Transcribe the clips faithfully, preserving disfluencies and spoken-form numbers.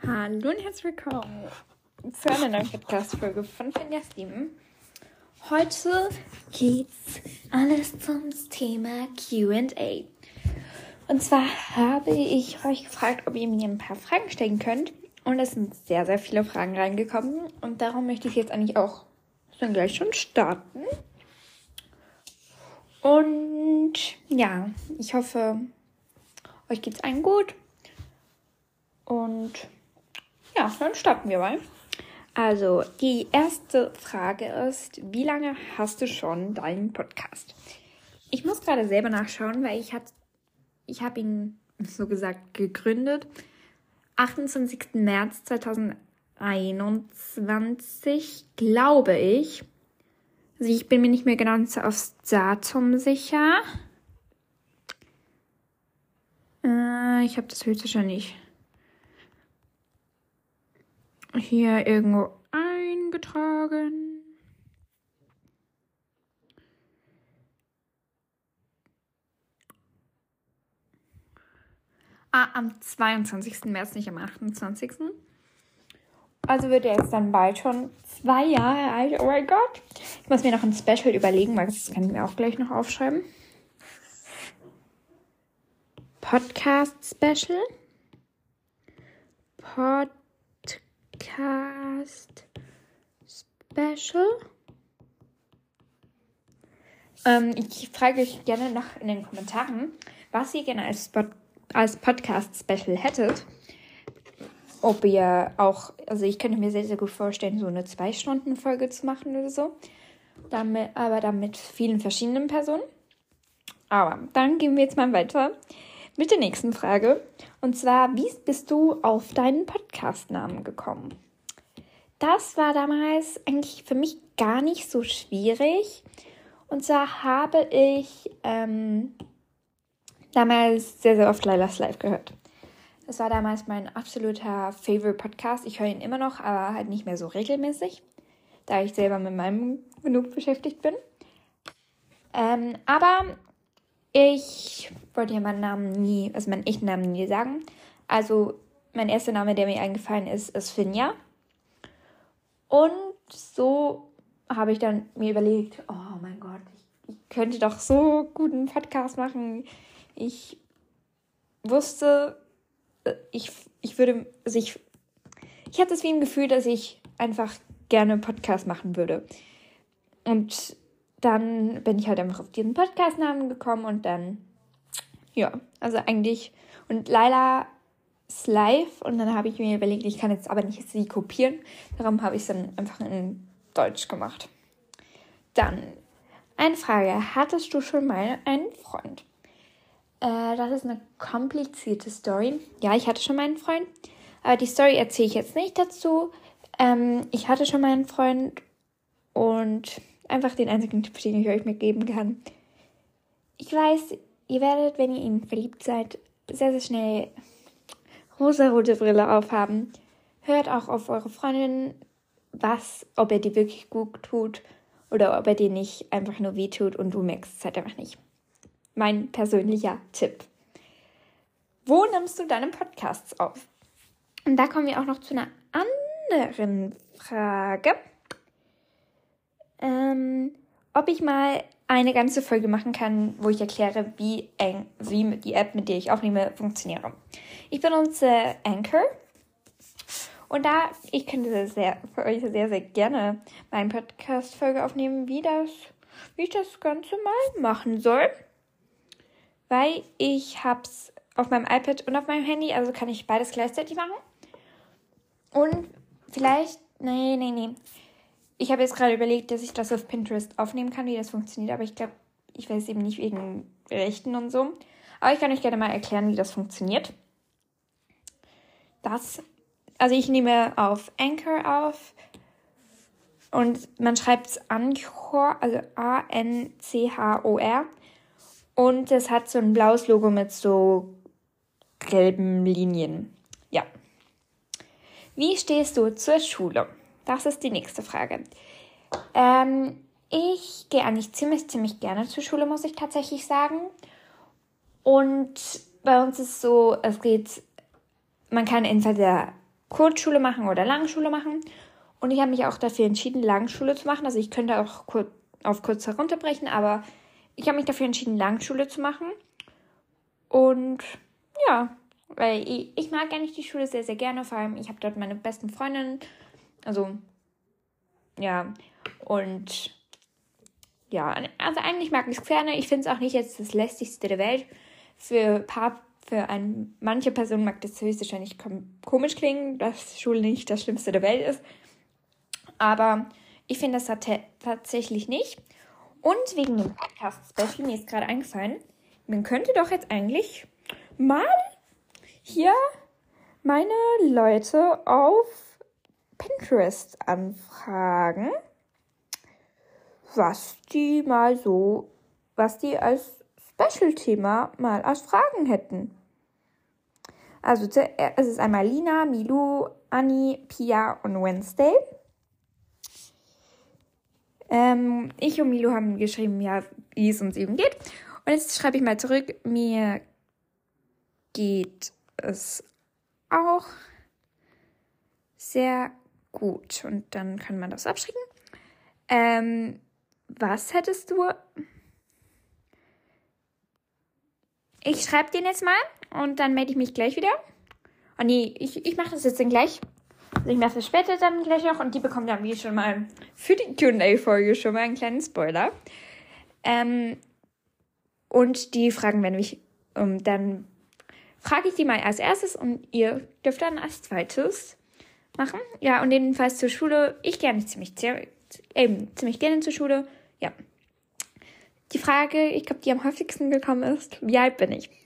Hallo und herzlich willkommen zu einer neuen Podcast-Folge von Finjas Leben. Heute geht's alles zum Thema Q and A. Und zwar habe ich euch gefragt, ob ihr mir ein paar Fragen stellen könnt. Und es sind sehr, sehr viele Fragen reingekommen. Und darum möchte ich jetzt eigentlich auch dann gleich schon starten. Und ja, ich hoffe, euch geht's allen gut. Und ja, dann starten wir mal. Also, die erste Frage ist, wie lange hast du schon deinen Podcast? Ich muss gerade selber nachschauen, weil ich, hat, ich habe ihn, so gesagt, gegründet. achtundzwanzigsten März zweitausendeinundzwanzig, glaube ich. Also ich bin mir nicht mehr ganz aufs Datum sicher. Äh, ich habe das höchstwahrscheinlich hier irgendwo eingetragen. Ah, am zweiundzwanzigsten März, nicht am achtundzwanzigsten Also wird er jetzt dann bald schon zwei Jahre alt. Oh mein Gott. Ich muss mir noch ein Special überlegen, weil das kann ich mir auch gleich noch aufschreiben. Podcast Special. Podcast Special. Ähm, ich frage euch gerne noch in den Kommentaren, was ihr gerne als, Spot, als Podcast Special hättet. Ob ihr auch, also ich könnte mir sehr, sehr gut vorstellen, so eine zwei-Stunden-Folge zu machen oder so. Damit, aber dann mit vielen verschiedenen Personen. Aber dann gehen wir jetzt mal weiter mit der nächsten Frage. Und zwar, wie bist du auf deinen Podcast-Namen gekommen? Das war damals eigentlich für mich gar nicht so schwierig. Und zwar habe ich ähm, damals sehr, sehr oft Lailas Live gehört. Das war damals mein absoluter Favorite-Podcast. Ich höre ihn immer noch, aber halt nicht mehr so regelmäßig, da ich selber mit meinem genug beschäftigt bin. Ähm, aber ich wollte ja meinen Namen nie, also meinen echten Namen nie sagen. Also mein erster Name, der mir eingefallen ist, ist Finja. Und so habe ich dann mir überlegt, oh mein Gott, ich, ich könnte doch so gut einen Podcast machen. Ich wusste, ich, ich würde, also ich, ich hatte es wie im Gefühl, dass ich einfach gerne einen Podcast machen würde. Und dann bin ich halt einfach auf diesen Podcast-Namen gekommen und dann, ja, also eigentlich, und Laila ist live und dann habe ich mir überlegt, ich kann jetzt aber nicht sie kopieren, darum habe ich es dann einfach in Deutsch gemacht. Dann, eine Frage, hattest du schon mal einen Freund? Äh, das ist eine komplizierte Story. Ja, ich hatte schon mal einen Freund, aber die Story erzähle ich jetzt nicht dazu. Ähm, ich hatte schon mal einen Freund und einfach den einzigen Tipp, den ich euch mitgeben kann. Ich weiß, ihr werdet, wenn ihr in ihn verliebt seid, sehr, sehr schnell rosa-rote Brille aufhaben. Hört auch auf eure Freundin, was, ob er dir wirklich gut tut oder ob er dir nicht einfach nur wehtut und du merkst es halt einfach nicht. Mein persönlicher Tipp. Wo nimmst du deine Podcasts auf? Und da kommen wir auch noch zu einer anderen Frage. Ähm, ob ich mal eine ganze Folge machen kann, wo ich erkläre, wie, eng, wie die App, mit der ich aufnehme, funktioniert. Ich benutze Anchor. Und da, ich könnte sehr, für euch sehr, sehr gerne meine Podcast-Folge aufnehmen, wie, das, wie ich das Ganze mal machen soll. Weil ich habe es auf meinem iPad und auf meinem Handy, also kann ich beides gleichzeitig machen. Und vielleicht, nee, nee, nee. Ich habe jetzt gerade überlegt, dass ich das auf Pinterest aufnehmen kann, wie das funktioniert. Aber ich glaube, ich weiß eben nicht wegen Rechten und so. Aber ich kann euch gerne mal erklären, wie das funktioniert. Das, also ich nehme auf Anchor auf. Und man schreibt es Anchor, also A N C H O R. Und es hat so ein blaues Logo mit so gelben Linien. Ja. Wie stehst du zur Schule? Das ist die nächste Frage. Ähm, ich gehe eigentlich ziemlich, ziemlich gerne zur Schule, muss ich tatsächlich sagen. Und bei uns ist es so, es geht, man kann entweder Kurzschule machen oder Langschule machen. Und ich habe mich auch dafür entschieden, Langschule zu machen. Also ich könnte auch kur- auf kurz herunterbrechen, aber ich habe mich dafür entschieden, Langschule zu machen. Und ja, weil ich, ich mag eigentlich die Schule sehr, sehr gerne. Vor allem, ich habe dort meine besten Freundinnen. Also, ja. Und ja, also eigentlich mag ich es gerne. Ich finde es auch nicht jetzt das lästigste der Welt. Für paar, für ein, manche Personen mag das höchstwahrscheinlich kom- komisch klingen, dass Schule nicht das Schlimmste der Welt ist. Aber ich finde das tat- tatsächlich nicht. Und wegen dem Podcast-Special, mir ist gerade eingefallen, man könnte doch jetzt eigentlich mal hier meine Leute auf Pinterest anfragen, was die mal so, was die als Special-Thema mal als Fragen hätten. Also es ist einmal Lina, Milou, Anni, Pia und Wednesday. Ähm, ich und Milou haben geschrieben, ja, wie es uns eben geht. Und jetzt schreibe ich mal zurück, mir geht es auch sehr gut. Und dann kann man das abschicken. Ähm, was hättest du? Ich schreibe den jetzt mal und dann melde ich mich gleich wieder. Oh nee, ich, ich mache das jetzt dann gleich. Also ich mache das später dann gleich noch und die bekommen dann wie schon mal für die Q und A-Folge schon mal einen kleinen Spoiler. Ähm, und die Fragen werden mich, um, dann frage ich die mal als erstes und ihr dürft dann als zweites machen. Ja, und jedenfalls zur Schule. Ich gehe nicht ziemlich, eben, ziemlich gerne zur Schule. Ja. Die Frage, ich glaube, die am häufigsten gekommen ist, wie alt bin ich?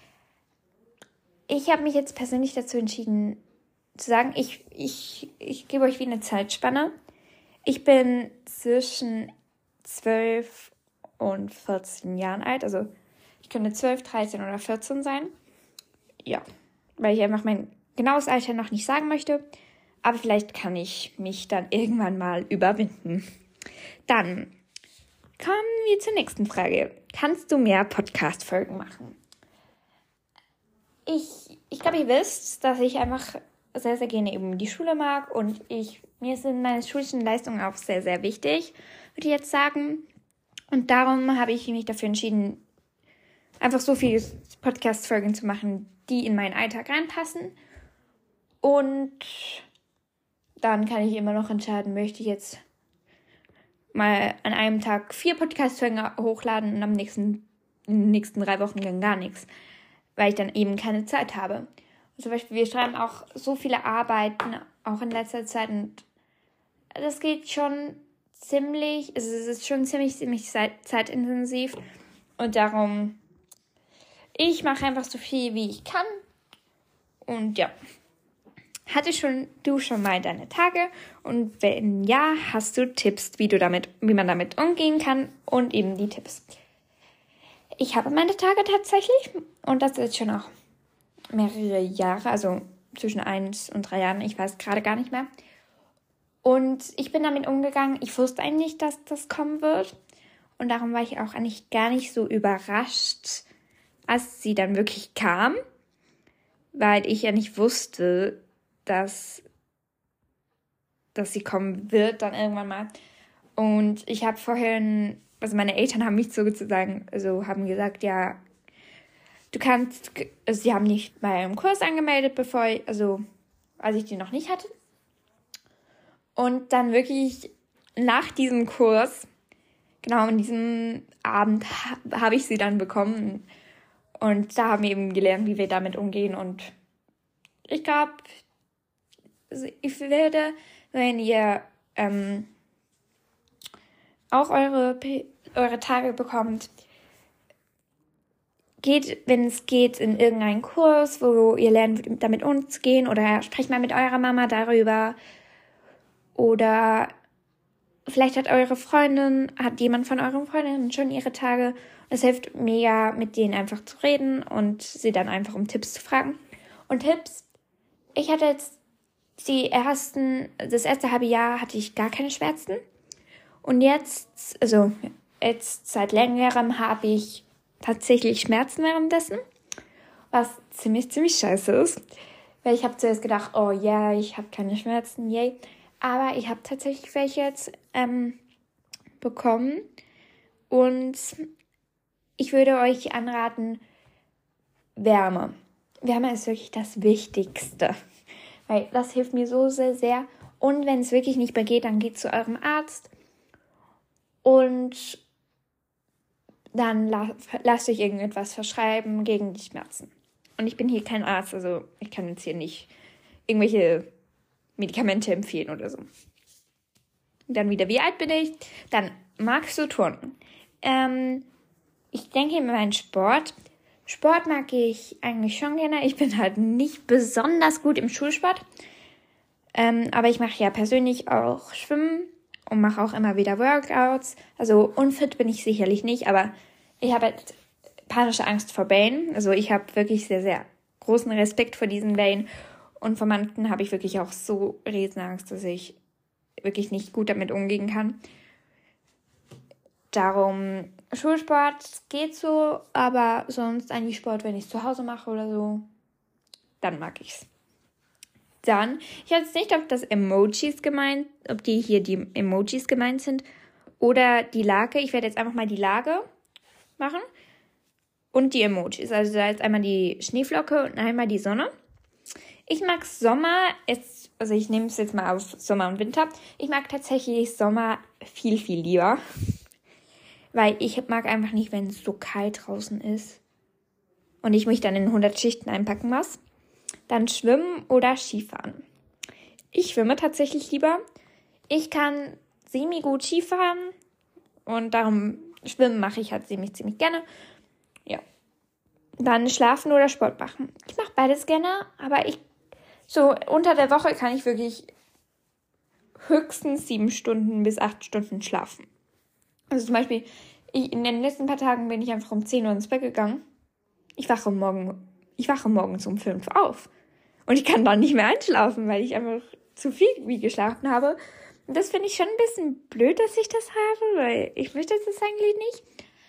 Ich habe mich jetzt persönlich dazu entschieden, zu sagen, ich, ich, ich gebe euch wie eine Zeitspanne. Ich bin zwischen zwölf und vierzehn Jahren alt. Also ich könnte zwölf, dreizehn oder vierzehn sein. Ja, weil ich einfach mein genaues Alter noch nicht sagen möchte. Aber vielleicht kann ich mich dann irgendwann mal überwinden. Dann kommen wir zur nächsten Frage. Kannst du mehr Podcast-Folgen machen? Ich, ich glaube, ihr wisst, dass ich einfach sehr, sehr gerne eben die Schule mag und ich, mir sind meine schulischen Leistungen auch sehr, sehr wichtig, würde ich jetzt sagen. Und darum habe ich mich dafür entschieden, einfach so viele Podcast-Folgen zu machen, die in meinen Alltag reinpassen. Und dann kann ich immer noch entscheiden, möchte ich jetzt mal an einem Tag vier Podcast-Folgen hochladen und am nächsten, in den nächsten drei Wochen dann gar nichts, weil ich dann eben keine Zeit habe. Und zum Beispiel, wir schreiben auch so viele Arbeiten, auch in letzter Zeit, und das geht schon ziemlich, also es ist schon ziemlich, ziemlich zeitintensiv und darum, ich mache einfach so viel, wie ich kann und ja. Hattest schon, du schon mal deine Tage? Und wenn ja, hast du Tipps, wie du damit, wie man damit umgehen kann und eben die Tipps. Ich habe meine Tage tatsächlich und das ist schon auch mehrere Jahre, also zwischen eins und drei Jahren, ich weiß gerade gar nicht mehr. Und ich bin damit umgegangen, ich wusste eigentlich, dass das kommen wird und darum war ich auch eigentlich gar nicht so überrascht, als sie dann wirklich kam, weil ich ja nicht wusste, dass, dass sie kommen wird dann irgendwann mal. Und ich habe vorhin, also meine Eltern haben mich sozusagen, also haben gesagt, ja, du kannst, also sie haben nicht bei einem Kurs angemeldet, bevor ich, also als ich die noch nicht hatte. Und dann wirklich nach diesem Kurs, genau an diesem Abend, ha- habe ich sie dann bekommen. Und da haben wir eben gelernt, wie wir damit umgehen. Und ich glaube, also ich werde, wenn ihr ähm, auch eure, eure Tage bekommt, geht, wenn es geht, in irgendeinen Kurs, wo ihr lernt, damit umzugehen oder sprecht mal mit eurer Mama darüber oder vielleicht hat eure Freundin, hat jemand von euren Freundinnen schon ihre Tage. Es hilft mega, mit denen einfach zu reden und sie dann einfach um Tipps zu fragen. Und Tipps, ich hatte jetzt die ersten, das erste halbe Jahr hatte ich gar keine Schmerzen. Und jetzt, also jetzt seit längerem habe ich tatsächlich Schmerzen währenddessen, was ziemlich, ziemlich scheiße ist. Weil ich habe zuerst gedacht, oh ja, yeah, ich habe keine Schmerzen, yay. Aber ich habe tatsächlich welche jetzt ähm, bekommen. Und ich würde euch anraten, Wärme. Wärme ist wirklich das Wichtigste. Weil das hilft mir so sehr, sehr. Und wenn es wirklich nicht mehr geht, dann geht zu eurem Arzt. Und dann la- lasst euch irgendetwas verschreiben gegen die Schmerzen. Und ich bin hier kein Arzt, also ich kann jetzt hier nicht irgendwelche Medikamente empfehlen oder so. Dann wieder, wie alt bin ich? Dann magst du Turnen. Ähm, ich denke immer an Sport. Sport mag ich eigentlich schon gerne. Ich bin halt nicht besonders gut im Schulsport. Ähm, aber ich mache ja persönlich auch Schwimmen und mache auch immer wieder Workouts. Also unfit bin ich sicherlich nicht, aber ich habe halt panische Angst vor Wellen. Also ich habe wirklich sehr, sehr großen Respekt vor diesen Wellen. Und vor manchen habe ich wirklich auch so Riesenangst, dass ich wirklich nicht gut damit umgehen kann. Darum, Schulsport geht so, aber sonst eigentlich Sport, wenn ich es zu Hause mache oder so, dann mag ich's. Dann, ich weiß jetzt nicht, ob das Emojis gemeint, ob die hier die Emojis gemeint sind oder die Lage. Ich werde jetzt einfach mal die Lage machen und die Emojis. Also da ist einmal die Schneeflocke und einmal die Sonne. Ich mag Sommer, jetzt, also ich nehme es jetzt mal auf Sommer und Winter. Ich mag tatsächlich Sommer viel, viel lieber. Weil ich mag einfach nicht, wenn es so kalt draußen ist und ich mich dann in hundert Schichten einpacken muss. Dann Schwimmen oder Skifahren. Ich schwimme tatsächlich lieber. Ich kann semi-gut Skifahren und darum Schwimmen mache ich halt ziemlich, ziemlich gerne. Ja. Dann Schlafen oder Sport machen. Ich mache beides gerne, aber ich so unter der Woche kann ich wirklich höchstens sieben Stunden bis acht Stunden schlafen. Also zum Beispiel, ich, in den letzten paar Tagen bin ich einfach um zehn Uhr ins Bett gegangen. Ich wache morgen, ich wache morgens um fünf auf. Und ich kann dann nicht mehr einschlafen, weil ich einfach zu viel wie geschlafen habe. Und das finde ich schon ein bisschen blöd, dass ich das habe, weil ich möchte das eigentlich nicht.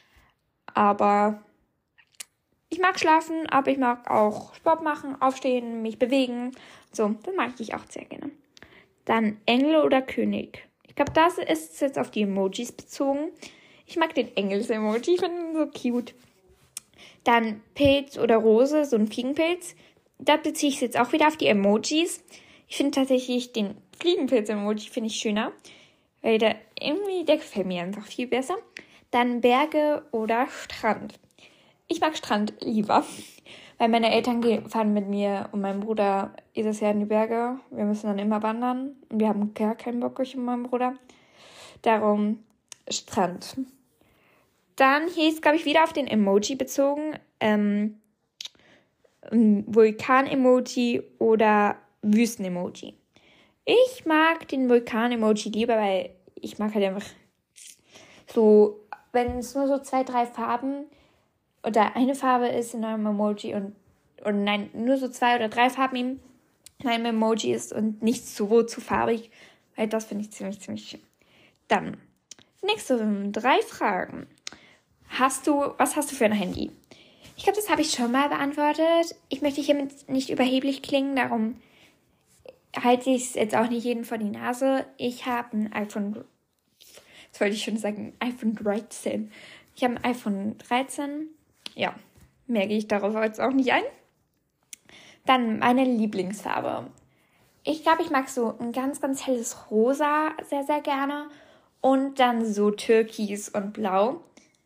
Aber ich mag schlafen, aber ich mag auch Sport machen, aufstehen, mich bewegen. So, das mag ich auch sehr gerne. Dann Engel oder König. Ich glaube, das ist jetzt auf die Emojis bezogen. Ich mag den Engels-Emoji, ich finde ihn so cute. Dann Pilz oder Rose, so ein Fliegenpilz. Da beziehe ich es jetzt auch wieder auf die Emojis. Ich finde tatsächlich den Fliegenpilz-Emoji finde ich schöner. Weil der irgendwie, der gefällt mir einfach viel besser. Dann Berge oder Strand. Ich mag Strand lieber. Weil meine Eltern fahren mit mir und meinem Bruder jedes Jahr in die Berge. Wir müssen dann immer wandern. Und wir haben gar keinen Bock, ich und meinem Bruder. Darum Strand. Dann hier ist, glaube ich, wieder auf den Emoji bezogen. Ähm, Vulkan-Emoji oder Wüsten-Emoji. Ich mag den Vulkan-Emoji lieber, weil ich mag halt einfach so, wenn es nur so zwei, drei Farben oder eine Farbe ist in einem Emoji und, und nein, nur so zwei oder drei Farben in einem Emoji ist und nicht so zu farbig, weil das finde ich ziemlich, ziemlich schön. Dann, nächste drei Fragen. Hast du, was hast du für ein Handy? Ich glaube, das habe ich schon mal beantwortet. Ich möchte hiermit nicht überheblich klingen, darum halte ich es jetzt auch nicht jedem vor die Nase. Ich habe ein iPhone, jetzt wollte ich schon sagen, iPhone dreizehn. Ich habe ein iPhone dreizehn. Ja, mehr gehe ich darauf jetzt auch nicht ein. Dann meine Lieblingsfarbe. Ich glaube, ich mag so ein ganz, ganz helles Rosa sehr, sehr gerne. Und dann so Türkis und Blau.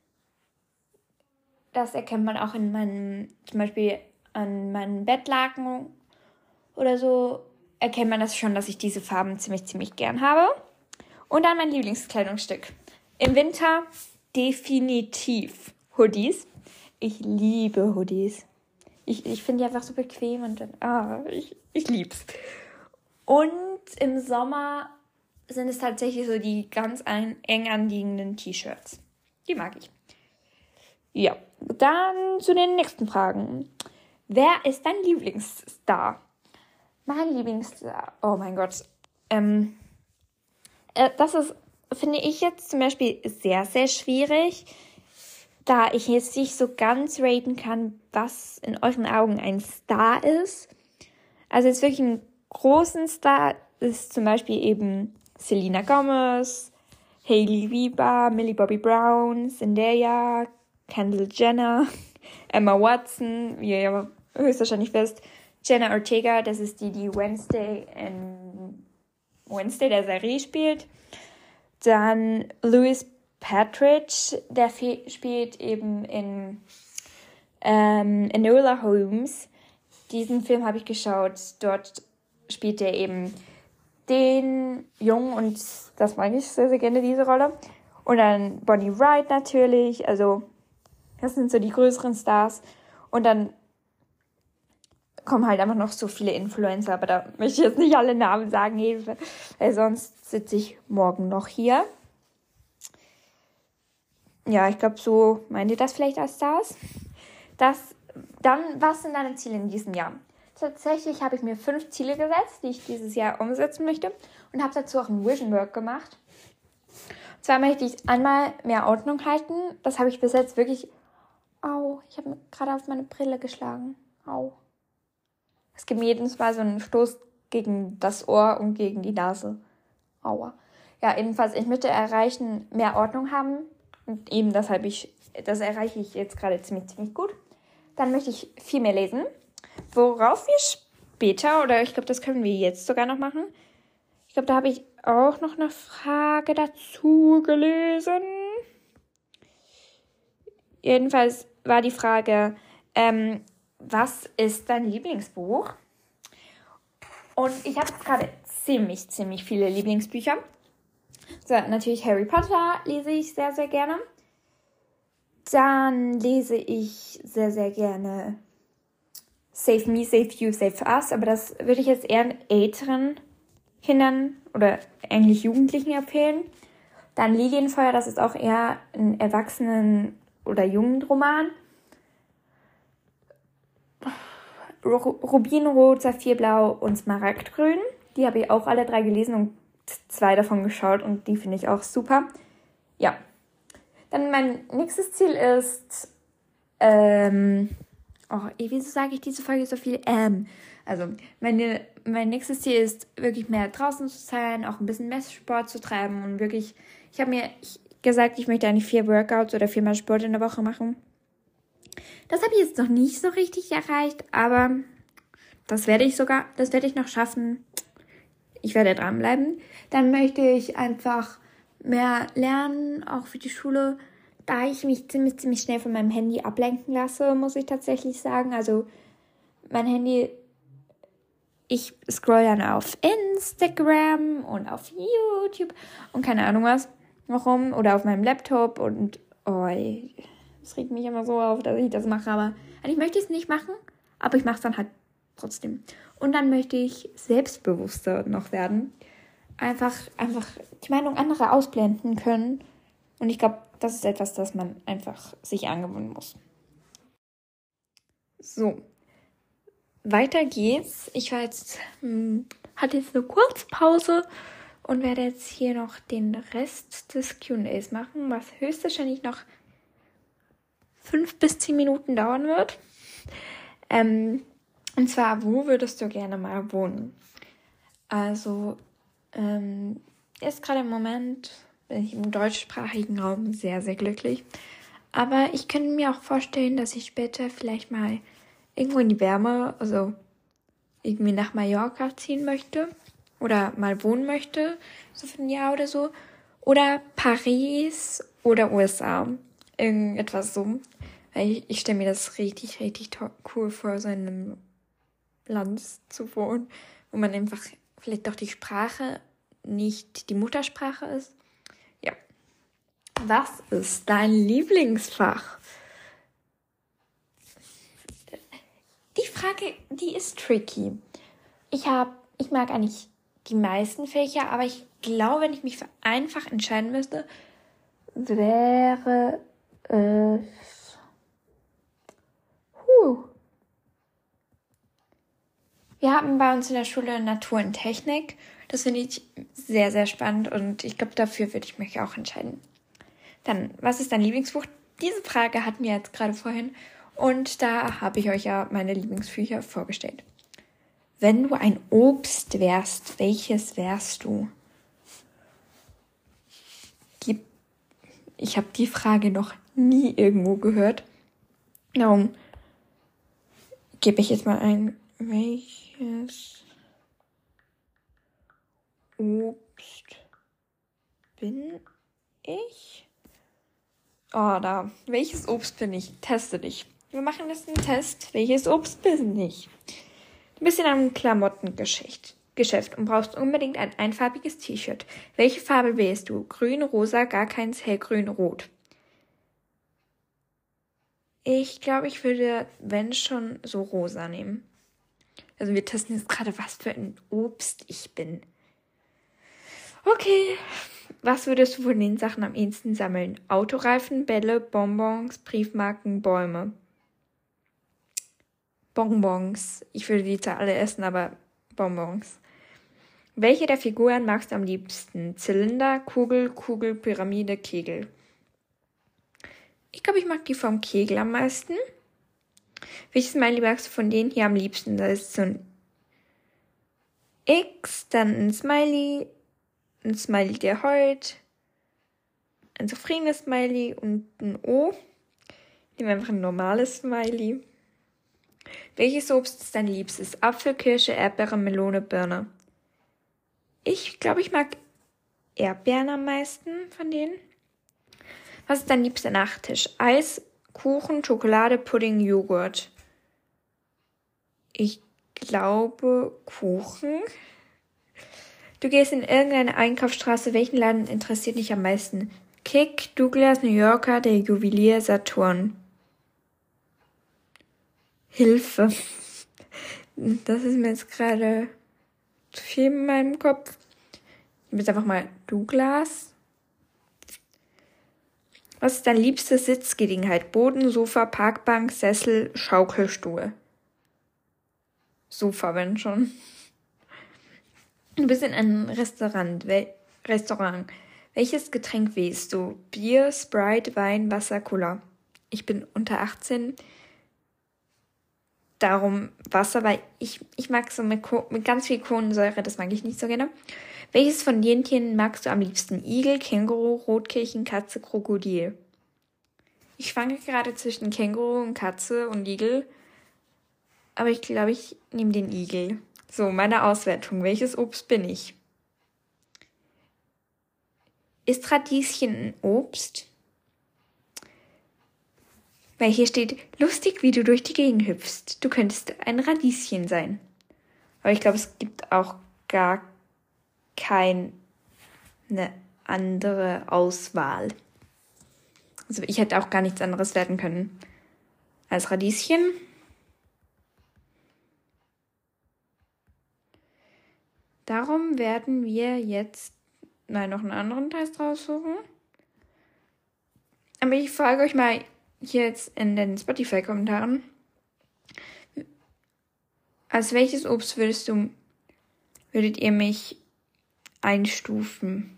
Das erkennt man auch in meinen, zum Beispiel an meinen Bettlaken oder so, erkennt man das schon, dass ich diese Farben ziemlich, ziemlich gern habe. Und dann mein Lieblingskleidungsstück. Im Winter definitiv Hoodies. Ich liebe Hoodies. Ich, ich finde die einfach so bequem und dann, ah, ich, ich lieb's. Und im Sommer sind es tatsächlich so die ganz ein, eng anliegenden T-Shirts. Die mag ich. Ja, dann zu den nächsten Fragen. Wer ist dein Lieblingsstar? Mein Lieblingsstar, oh mein Gott. Ähm, äh, das ist, finde ich jetzt zum Beispiel sehr, sehr schwierig, da ich jetzt nicht so ganz raten kann, was in euren Augen ein Star ist. Also jetzt wirklich einen großen Star ist zum Beispiel eben Selena Gomez, Hailey Bieber, Millie Bobby Brown, Zendaya, Kendall Jenner, Emma Watson, wie ihr ja höchstwahrscheinlich wisst, Jenna Ortega, das ist die, die Wednesday in Wednesday der Serie spielt. Dann Louis Partridge, der fe- spielt eben in ähm, Enola Holmes. Diesen Film habe ich geschaut. Dort spielt er eben den Jungen und das mag ich sehr, sehr gerne, diese Rolle. Und dann Bonnie Wright natürlich. Also das sind so die größeren Stars. Und dann kommen halt einfach noch so viele Influencer, aber da möchte ich jetzt nicht alle Namen sagen, weil sonst sitze ich morgen noch hier. Ja, ich glaube, so meint ihr das vielleicht als Stars? Das, dann, was sind deine Ziele in diesem Jahr? Tatsächlich habe ich mir fünf Ziele gesetzt, die ich dieses Jahr umsetzen möchte und habe dazu auch ein Vision Work gemacht. Und zwar möchte ich einmal mehr Ordnung halten. Das habe ich bis jetzt wirklich... Au, ich habe mir gerade auf meine Brille geschlagen. Au. Es gibt mir jedes Mal so einen Stoß gegen das Ohr und gegen die Nase. Aua. Ja, jedenfalls, ich möchte erreichen, mehr Ordnung haben. Und eben das, habe ich, das erreiche ich jetzt gerade ziemlich, ziemlich gut. Dann möchte ich viel mehr lesen. Worauf wir später, oder ich glaube, das können wir jetzt sogar noch machen. Ich glaube, da habe ich auch noch eine Frage dazu gelesen. Jedenfalls war die Frage, ähm, was ist dein Lieblingsbuch? Und ich habe gerade ziemlich, ziemlich viele Lieblingsbücher. So, natürlich Harry Potter lese ich sehr, sehr gerne. Dann lese ich sehr, sehr gerne Save Me, Save You, Save Us. Aber das würde ich jetzt eher älteren Kindern oder eigentlich Jugendlichen empfehlen. Dann Lilienfeuer, das ist auch eher ein Erwachsenen- oder Jugendroman. Rubinrot, Saphirblau und Smaragdgrün. Die habe ich auch alle drei gelesen und zwei davon geschaut und die finde ich auch super. Ja. Dann mein nächstes Ziel ist, ähm, oh, wieso sage ich diese Folge so viel? Ähm, also, meine, mein nächstes Ziel ist, wirklich mehr draußen zu sein, auch ein bisschen mehr Sport zu treiben und wirklich, ich habe mir gesagt, ich möchte eigentlich vier Workouts oder viermal Sport in der Woche machen. Das habe ich jetzt noch nicht so richtig erreicht, aber das werde ich sogar, das werde ich noch schaffen. Ich werde dranbleiben. Dann möchte ich einfach mehr lernen, auch für die Schule, da ich mich ziemlich, ziemlich schnell von meinem Handy ablenken lasse, muss ich tatsächlich sagen. Also mein Handy, ich scroll dann auf Instagram und auf YouTube und keine Ahnung was, warum, oder auf meinem Laptop und oh, es regt mich immer so auf, dass ich das mache, aber eigentlich möchte ich es nicht machen, aber ich mache es dann halt trotzdem. Und dann möchte ich selbstbewusster noch werden. Einfach, einfach die Meinung anderer ausblenden können. Und ich glaube, das ist etwas, das man einfach sich angewöhnen muss. So, weiter geht's. Ich war jetzt, hm, hatte jetzt eine Kurzpause und werde jetzt hier noch den Rest des Q und A's machen, was höchstwahrscheinlich noch fünf bis zehn Minuten dauern wird. Ähm, und zwar, wo würdest du gerne mal wohnen? Also, ähm, jetzt gerade im Moment bin ich im deutschsprachigen Raum sehr, sehr glücklich. Aber ich könnte mir auch vorstellen, dass ich später vielleicht mal irgendwo in die Wärme, also irgendwie nach Mallorca ziehen möchte oder mal wohnen möchte, so für ein Jahr oder so. Oder Paris oder U S A. Irgendetwas so. Weil ich, ich stelle mir das richtig, richtig to- cool vor, so in einem Land zu wohnen, wo man einfach vielleicht doch die Sprache nicht die Muttersprache ist. Ja. Was ist dein Lieblingsfach? Die Frage, die ist tricky. Ich habe, ich mag eigentlich die meisten Fächer, aber ich glaube, wenn ich mich für ein Fach entscheiden müsste, wäre es... Huh. Wir haben bei uns in der Schule Natur und Technik. Das finde ich sehr, sehr spannend und ich glaube, dafür würde ich mich auch entscheiden. Dann, was ist dein Lieblingsbuch? Diese Frage hatten wir jetzt gerade vorhin und da habe ich euch ja meine Lieblingsbücher vorgestellt. Wenn du ein Obst wärst, welches wärst du? Gib, ich habe die Frage noch nie irgendwo gehört. Darum gebe ich jetzt mal ein, welches Obst bin ich? Oh, da. Welches Obst bin ich? Teste dich. Wir machen jetzt einen Test. Welches Obst bin ich? Du bist in einem Klamottengeschäft Geschäft und brauchst unbedingt ein einfarbiges T-Shirt. Welche Farbe wählst du? Grün, rosa, gar keins, hellgrün, rot. Ich glaube, ich würde, wenn schon, so rosa nehmen. Also wir testen jetzt gerade, was für ein Obst ich bin. Okay. Was würdest du von den Sachen am ehesten sammeln? Autoreifen, Bälle, Bonbons, Briefmarken, Bäume. Bonbons. Ich würde die zwar alle essen, aber Bonbons. Welche der Figuren magst du am liebsten? Zylinder, Kugel, Kugel, Pyramide, Kegel. Ich glaube, ich mag die vom Kegel am meisten. Welches Smiley magst du von denen hier am liebsten? Da ist so ein X, dann ein Smiley, ein Smiley, der heult, ein zufriedenes Smiley und ein O. Ich nehme einfach ein normales Smiley. Welches Obst ist dein liebstes? Apfel, Kirsche, Erdbeere, Melone, Birne. Ich glaube, ich mag Erdbeeren am meisten von denen. Was ist dein liebster Nachtisch? Eis, Kuchen, Schokolade, Pudding, Joghurt. Ich glaube Kuchen. Du gehst in irgendeine Einkaufsstraße. Welchen Laden interessiert dich am meisten? Kick, Douglas, New Yorker, der Juwelier, Saturn. Hilfe. Das ist mir jetzt gerade zu viel in meinem Kopf. Ich nehme jetzt einfach mal Douglas. Was ist deine liebste Sitzgelegenheit? Boden, Sofa, Parkbank, Sessel, Schaukelstuhl. Sofa, wenn schon. Du bist in einem Restaurant. Wel- Restaurant. Welches Getränk wählst du? Bier, Sprite, Wein, Wasser, Cola. Ich bin unter achtzehn. Darum Wasser, weil ich, ich mag so mit, Co- mit ganz viel Kohlensäure, das mag ich nicht so gerne. Welches von den Tieren magst du am liebsten? Igel, Känguru, Rotkehlchen, Katze, Krokodil. Ich schwanke gerade zwischen Känguru und Katze und Igel, aber ich glaube, ich nehme den Igel. So, meine Auswertung. Welches Obst bin ich? Ist Radieschen ein Obst? Weil hier steht, lustig, wie du durch die Gegend hüpfst. Du könntest ein Radieschen sein. Aber ich glaube, es gibt auch gar keine andere Auswahl. Also ich hätte auch gar nichts anderes werden können als Radieschen. Darum werden wir jetzt mal noch einen anderen Test raussuchen. Aber ich frage euch mal hier jetzt in den Spotify-Kommentaren, als welches Obst würdest du, würdet ihr mich einstufen?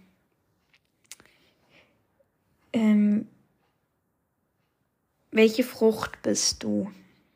Ähm, welche Frucht bist du?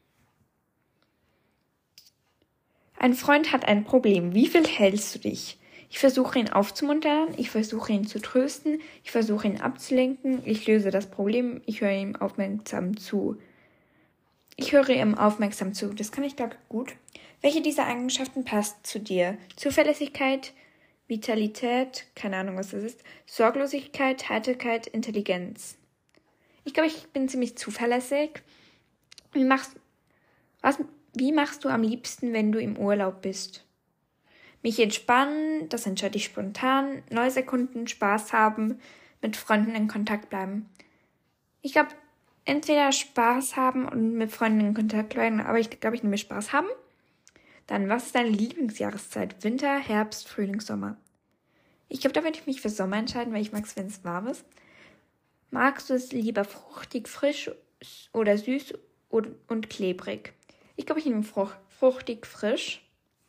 Ein Freund hat ein Problem. Wie viel hältst du dich? Ich versuche ihn aufzumuntern, ich versuche ihn zu trösten, ich versuche ihn abzulenken, ich löse das Problem, ich höre ihm aufmerksam zu. Ich höre ihm aufmerksam zu, das kann ich glaube ich gut. Welche dieser Eigenschaften passt zu dir? Zuverlässigkeit, Vitalität, keine Ahnung was das ist, Sorglosigkeit, Heiterkeit, Intelligenz. Ich glaube, ich bin ziemlich zuverlässig. Wie machst, was, wie machst du am liebsten, wenn du im Urlaub bist? Mich entspannen, das entscheide ich spontan, neue Sekunden, Spaß haben, mit Freunden in Kontakt bleiben. Ich glaube, entweder Spaß haben und mit Freunden in Kontakt bleiben, aber ich glaube, ich nehme Spaß haben. Dann, was ist deine Lieblingsjahreszeit? Winter, Herbst, Frühling, Sommer. Ich glaube, da würde ich mich für Sommer entscheiden, weil ich mag es, wenn es warm ist. Magst du es lieber fruchtig, frisch oder süß und, und klebrig? Ich glaube, ich nehme fruch, fruchtig, frisch.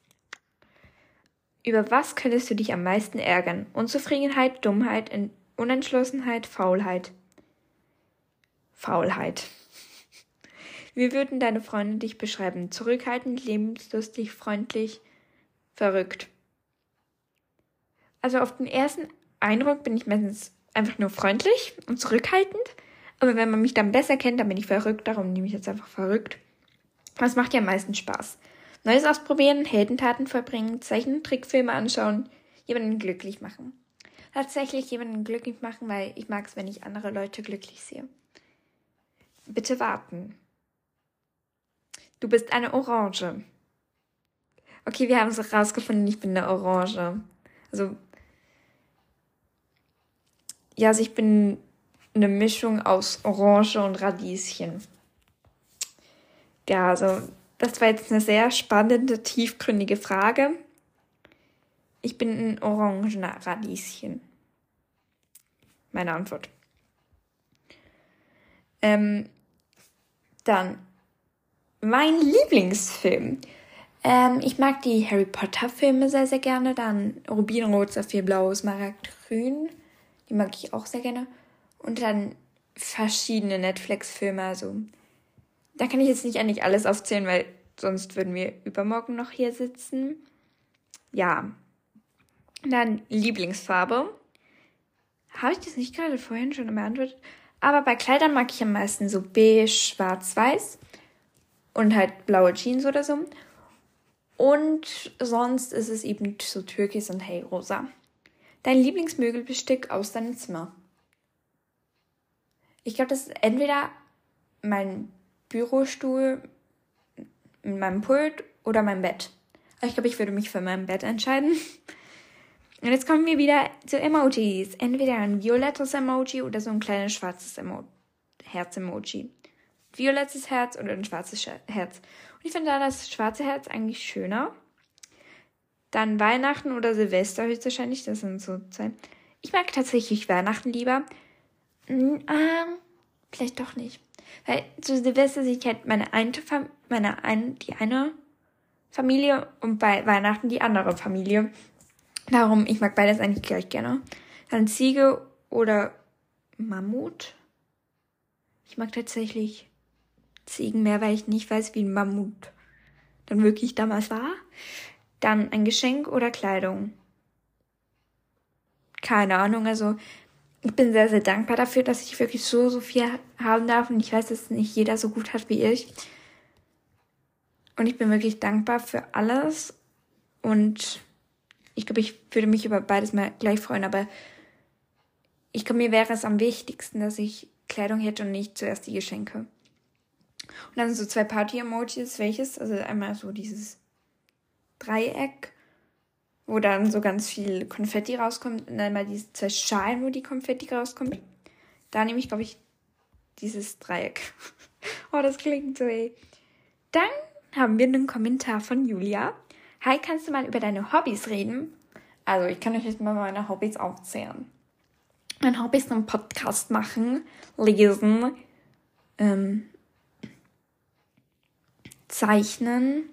Über was könntest du dich am meisten ärgern? Unzufriedenheit, Dummheit, Unentschlossenheit, Faulheit. Faulheit. Wie würden deine Freunde dich beschreiben? Zurückhaltend, lebenslustig, freundlich, verrückt. Also auf den ersten Eindruck bin ich meistens einfach nur freundlich und zurückhaltend. Aber wenn man mich dann besser kennt, dann bin ich verrückt. Darum nehme ich jetzt einfach verrückt. Das macht ja am meisten Spaß. Neues ausprobieren, Heldentaten vollbringen, Zeichentrickfilme anschauen, jemanden glücklich machen. Tatsächlich jemanden glücklich machen, weil ich mag es, wenn ich andere Leute glücklich sehe. Bitte warten. Du bist eine Orange. Okay, wir haben es rausgefunden, ich bin eine Orange. Also, ja, also ich bin eine Mischung aus Orange und Radieschen. Ja, also das war jetzt eine sehr spannende, tiefgründige Frage. Ich bin ein orangener Radieschen. Meine Antwort. Ähm, dann, mein Lieblingsfilm. Ähm, ich mag die Harry Potter Filme sehr, sehr gerne. Dann Rubinrot, Saphirblau, Smaragd, Grün. Die mag ich auch sehr gerne. Und dann verschiedene Netflix-Filme. Also, da kann ich jetzt nicht eigentlich alles aufzählen, weil sonst würden wir übermorgen noch hier sitzen. Ja. Dann Lieblingsfarbe. Habe ich das nicht gerade vorhin schon beantwortet? Aber bei Kleidern mag ich am meisten so beige, schwarz, weiß. Und halt blaue Jeans oder so. Und sonst ist es eben so türkis und hellrosa. Dein Lieblingsmöbelbestück aus deinem Zimmer? Ich glaube, das ist entweder mein Bürostuhl, mein Pult oder mein Bett. Aber ich glaube, ich würde mich für mein Bett entscheiden. Und jetzt kommen wir wieder zu Emojis. Entweder ein violettes Emoji oder so ein kleines schwarzes Emo- Herz-Emoji. Violettes Herz oder ein schwarzes Herz. Und ich finde da das schwarze Herz eigentlich schöner. Dann Weihnachten oder Silvester höchstwahrscheinlich. Das sind so zwei. Ich mag tatsächlich Weihnachten lieber. Ähm, vielleicht doch nicht. Weil zu Silvester sehe ich halt meine eine, Fam- meine ein, die eine Familie und bei Weihnachten die andere Familie. Darum, ich mag beides eigentlich gleich gerne. Dann Ziege oder Mammut. Ich mag tatsächlich Ziegen mehr, weil ich nicht weiß, wie ein Mammut dann wirklich damals war. Dann ein Geschenk oder Kleidung. Keine Ahnung, also ich bin sehr, sehr dankbar dafür, dass ich wirklich so, so viel haben darf. Und ich weiß, dass nicht jeder so gut hat wie ich. Und ich bin wirklich dankbar für alles. Und ich glaube, ich würde mich über beides mal gleich freuen. Aber ich glaube, mir wäre es am wichtigsten, dass ich Kleidung hätte und nicht zuerst die Geschenke. Und dann so zwei Party-Emojis. Welches? Also einmal so dieses Dreieck, wo dann so ganz viel Konfetti rauskommt. Und dann mal diese zwei Schalen, wo die Konfetti rauskommt. Da nehme ich, glaube ich, dieses Dreieck. Oh, das klingt so, ey. Dann haben wir einen Kommentar von Julia. Hi, kannst du mal über deine Hobbys reden? Also, ich kann euch jetzt mal meine Hobbys aufzählen. Mein Hobby ist ein Podcast machen, lesen, ähm, zeichnen,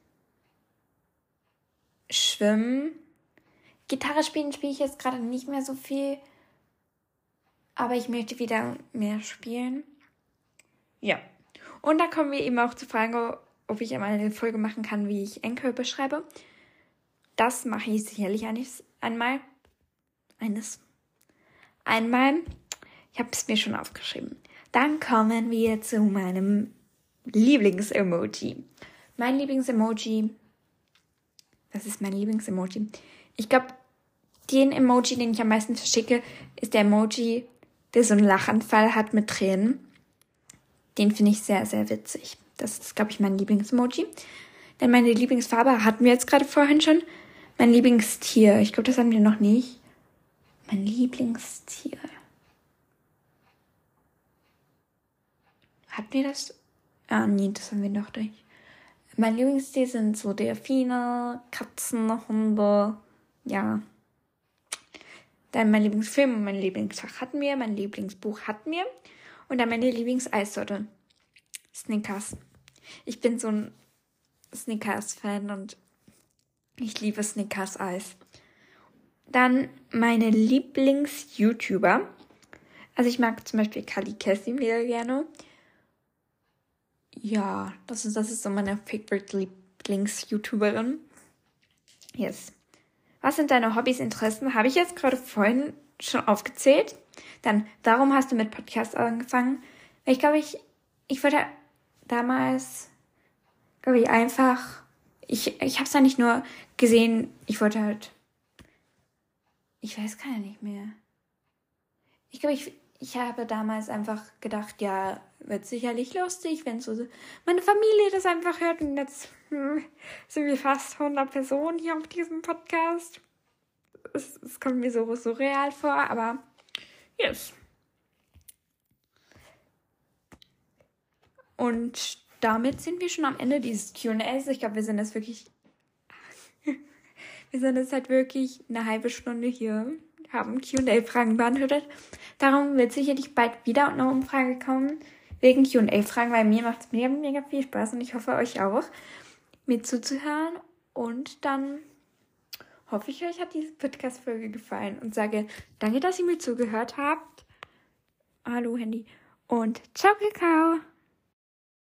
schwimmen. Gitarre spielen spiele ich jetzt gerade nicht mehr so viel, aber ich möchte wieder mehr spielen. Ja. Und da kommen wir eben auch zur Frage, ob ich einmal eine Folge machen kann, wie ich Anchor beschreibe. Das mache ich sicherlich eines, einmal. Eines. Einmal. Ich habe es mir schon aufgeschrieben. Dann kommen wir zu meinem Lieblings-Emoji. Mein Lieblings-Emoji. Was ist mein Lieblings-Emoji? Ich glaube, den Emoji, den ich am meisten verschicke, ist der Emoji, der so einen Lachanfall hat mit Tränen. Den finde ich sehr, sehr witzig. Das ist, glaube ich, mein Lieblings-Emoji. Denn meine Lieblingsfarbe hatten wir jetzt gerade vorhin schon. Mein Lieblingstier. Ich glaube, das haben wir noch nicht. Mein Lieblingstier. Hatten wir das? Ah, nee, das haben wir noch nicht. Mein Lieblingstier sind so Delfine, Katzen, Hunde. Ja. Dann mein Lieblingsfilm und mein Lieblingsfach hatten wir. Mein Lieblingsbuch hatten wir. Und dann meine Lieblingseissorte. Snickers. Ich bin so ein Snickers-Fan und ich liebe Snickers-Eis. Dann meine Lieblings-YouTuber. Also ich mag zum Beispiel Kali Kessim sehr gerne. ja, das ist, das ist so meine Favorite-Lieblings-YouTuberin. Yes. Was sind deine Hobbys, Interessen? Habe ich jetzt gerade vorhin schon aufgezählt. Dann, warum hast du mit Podcast angefangen? Weil ich glaube, ich, ich wollte damals, glaube ich, einfach, ich, ich habe es ja nicht nur gesehen, ich wollte halt, ich weiß gar nicht mehr. Ich glaube, ich, ich habe damals einfach gedacht, ja, wird sicherlich lustig, wenn so meine Familie das einfach hört. Und jetzt hm, sind wir fast hundert Personen hier auf diesem Podcast. Es, es kommt mir so surreal vor, aber yes. Und damit sind wir schon am Ende dieses Q und As. Ich glaube, wir sind jetzt wirklich, wir sind jetzt halt wirklich eine halbe Stunde hier, haben Q und A-Fragen beantwortet. Darum wird sicherlich bald wieder eine Umfrage kommen, wegen Q und A-Fragen, weil mir macht es mega, mega viel Spaß und ich hoffe euch auch, mir zuzuhören. Und dann hoffe ich, euch hat diese Podcast-Folge gefallen und sage danke, dass ihr mir zugehört habt. Hallo, Handy. Und ciao, Kakao.